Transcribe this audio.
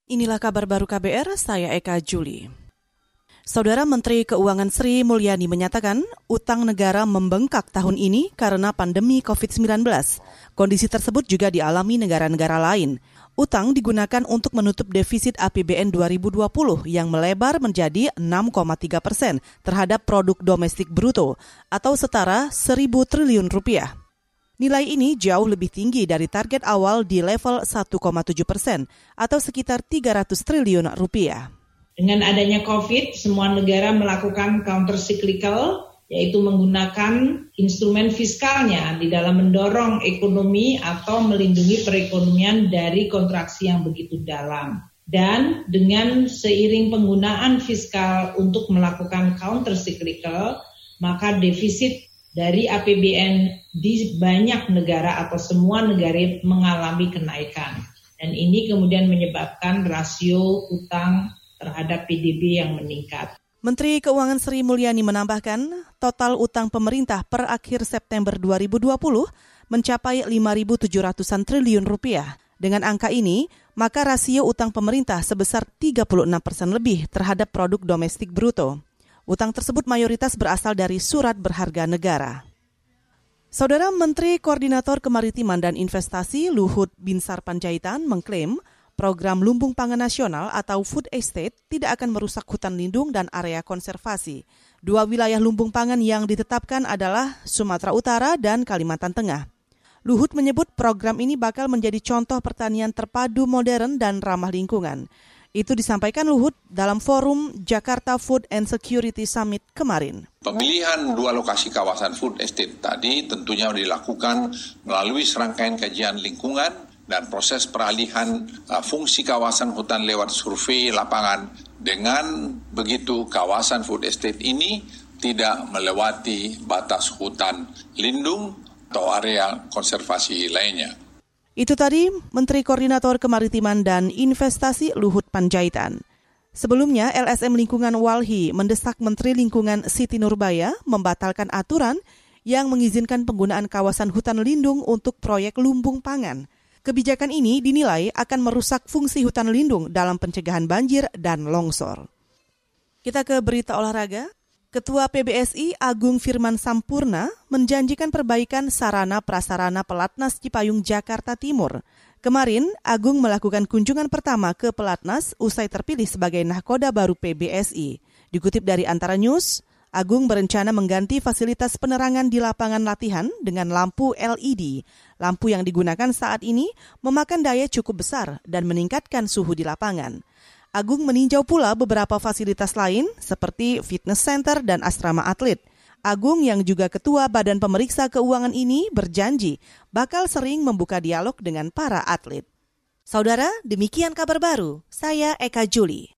Inilah kabar baru KBR, saya Eka Juli. Saudara Menteri Keuangan Sri Mulyani menyatakan utang negara membengkak tahun ini karena pandemi COVID-19. Kondisi tersebut juga dialami negara-negara lain. Utang digunakan untuk menutup defisit APBN 2020 yang melebar menjadi 6,3% terhadap produk domestik bruto atau setara 1.000 triliun rupiah. Nilai ini jauh lebih tinggi dari target awal di level 1,7% atau sekitar 300 triliun rupiah. Dengan adanya COVID, semua negara melakukan counter cyclical, yaitu menggunakan instrumen fiskalnya di dalam mendorong ekonomi atau melindungi perekonomian dari kontraksi yang begitu dalam. Dan dengan seiring penggunaan fiskal untuk melakukan counter cyclical, maka defisit dari APBN di banyak negara atau semua negara mengalami kenaikan. Dan ini kemudian menyebabkan rasio utang terhadap PDB yang meningkat. Menteri Keuangan Sri Mulyani menambahkan, total utang pemerintah per akhir September 2020 mencapai 5.700-an triliun rupiah. Dengan angka ini, maka rasio utang pemerintah sebesar 36% lebih terhadap produk domestik bruto. Utang tersebut mayoritas berasal dari surat berharga negara. Saudara Menteri Koordinator Kemaritiman dan Investasi Luhut Binsar Panjaitan mengklaim program Lumbung Pangan Nasional atau Food Estate tidak akan merusak hutan lindung dan area konservasi. Dua wilayah lumbung pangan yang ditetapkan adalah Sumatera Utara dan Kalimantan Tengah. Luhut menyebut program ini bakal menjadi contoh pertanian terpadu modern dan ramah lingkungan. Itu disampaikan Luhut dalam forum Jakarta Food and Security Summit kemarin. Pemilihan dua lokasi kawasan food estate tadi tentunya dilakukan melalui serangkaian kajian lingkungan dan proses peralihan fungsi kawasan hutan lewat survei lapangan. Dengan begitu kawasan food estate ini tidak melewati batas hutan lindung atau area konservasi lainnya. Itu tadi Menteri Koordinator Kemaritiman dan Investasi Luhut Panjaitan. Sebelumnya, LSM Lingkungan Walhi mendesak Menteri Lingkungan Siti Nurbaya membatalkan aturan yang mengizinkan penggunaan kawasan hutan lindung untuk proyek lumbung pangan. Kebijakan ini dinilai akan merusak fungsi hutan lindung dalam pencegahan banjir dan longsor. Kita ke berita olahraga. Ketua PBSI Agung Firman Sampurna menjanjikan perbaikan sarana prasarana Pelatnas Cipayung Jakarta Timur. Kemarin, Agung melakukan kunjungan pertama ke Pelatnas usai terpilih sebagai nahkoda baru PBSI. Dikutip dari Antara News, Agung berencana mengganti fasilitas penerangan di lapangan latihan dengan lampu LED. Lampu yang digunakan saat ini memakan daya cukup besar dan meningkatkan suhu di lapangan. Agung meninjau pula beberapa fasilitas lain seperti fitness center dan asrama atlet. Agung yang juga ketua Badan Pemeriksa Keuangan ini berjanji bakal sering membuka dialog dengan para atlet. Saudara, demikian kabar baru. Saya Eka Juli.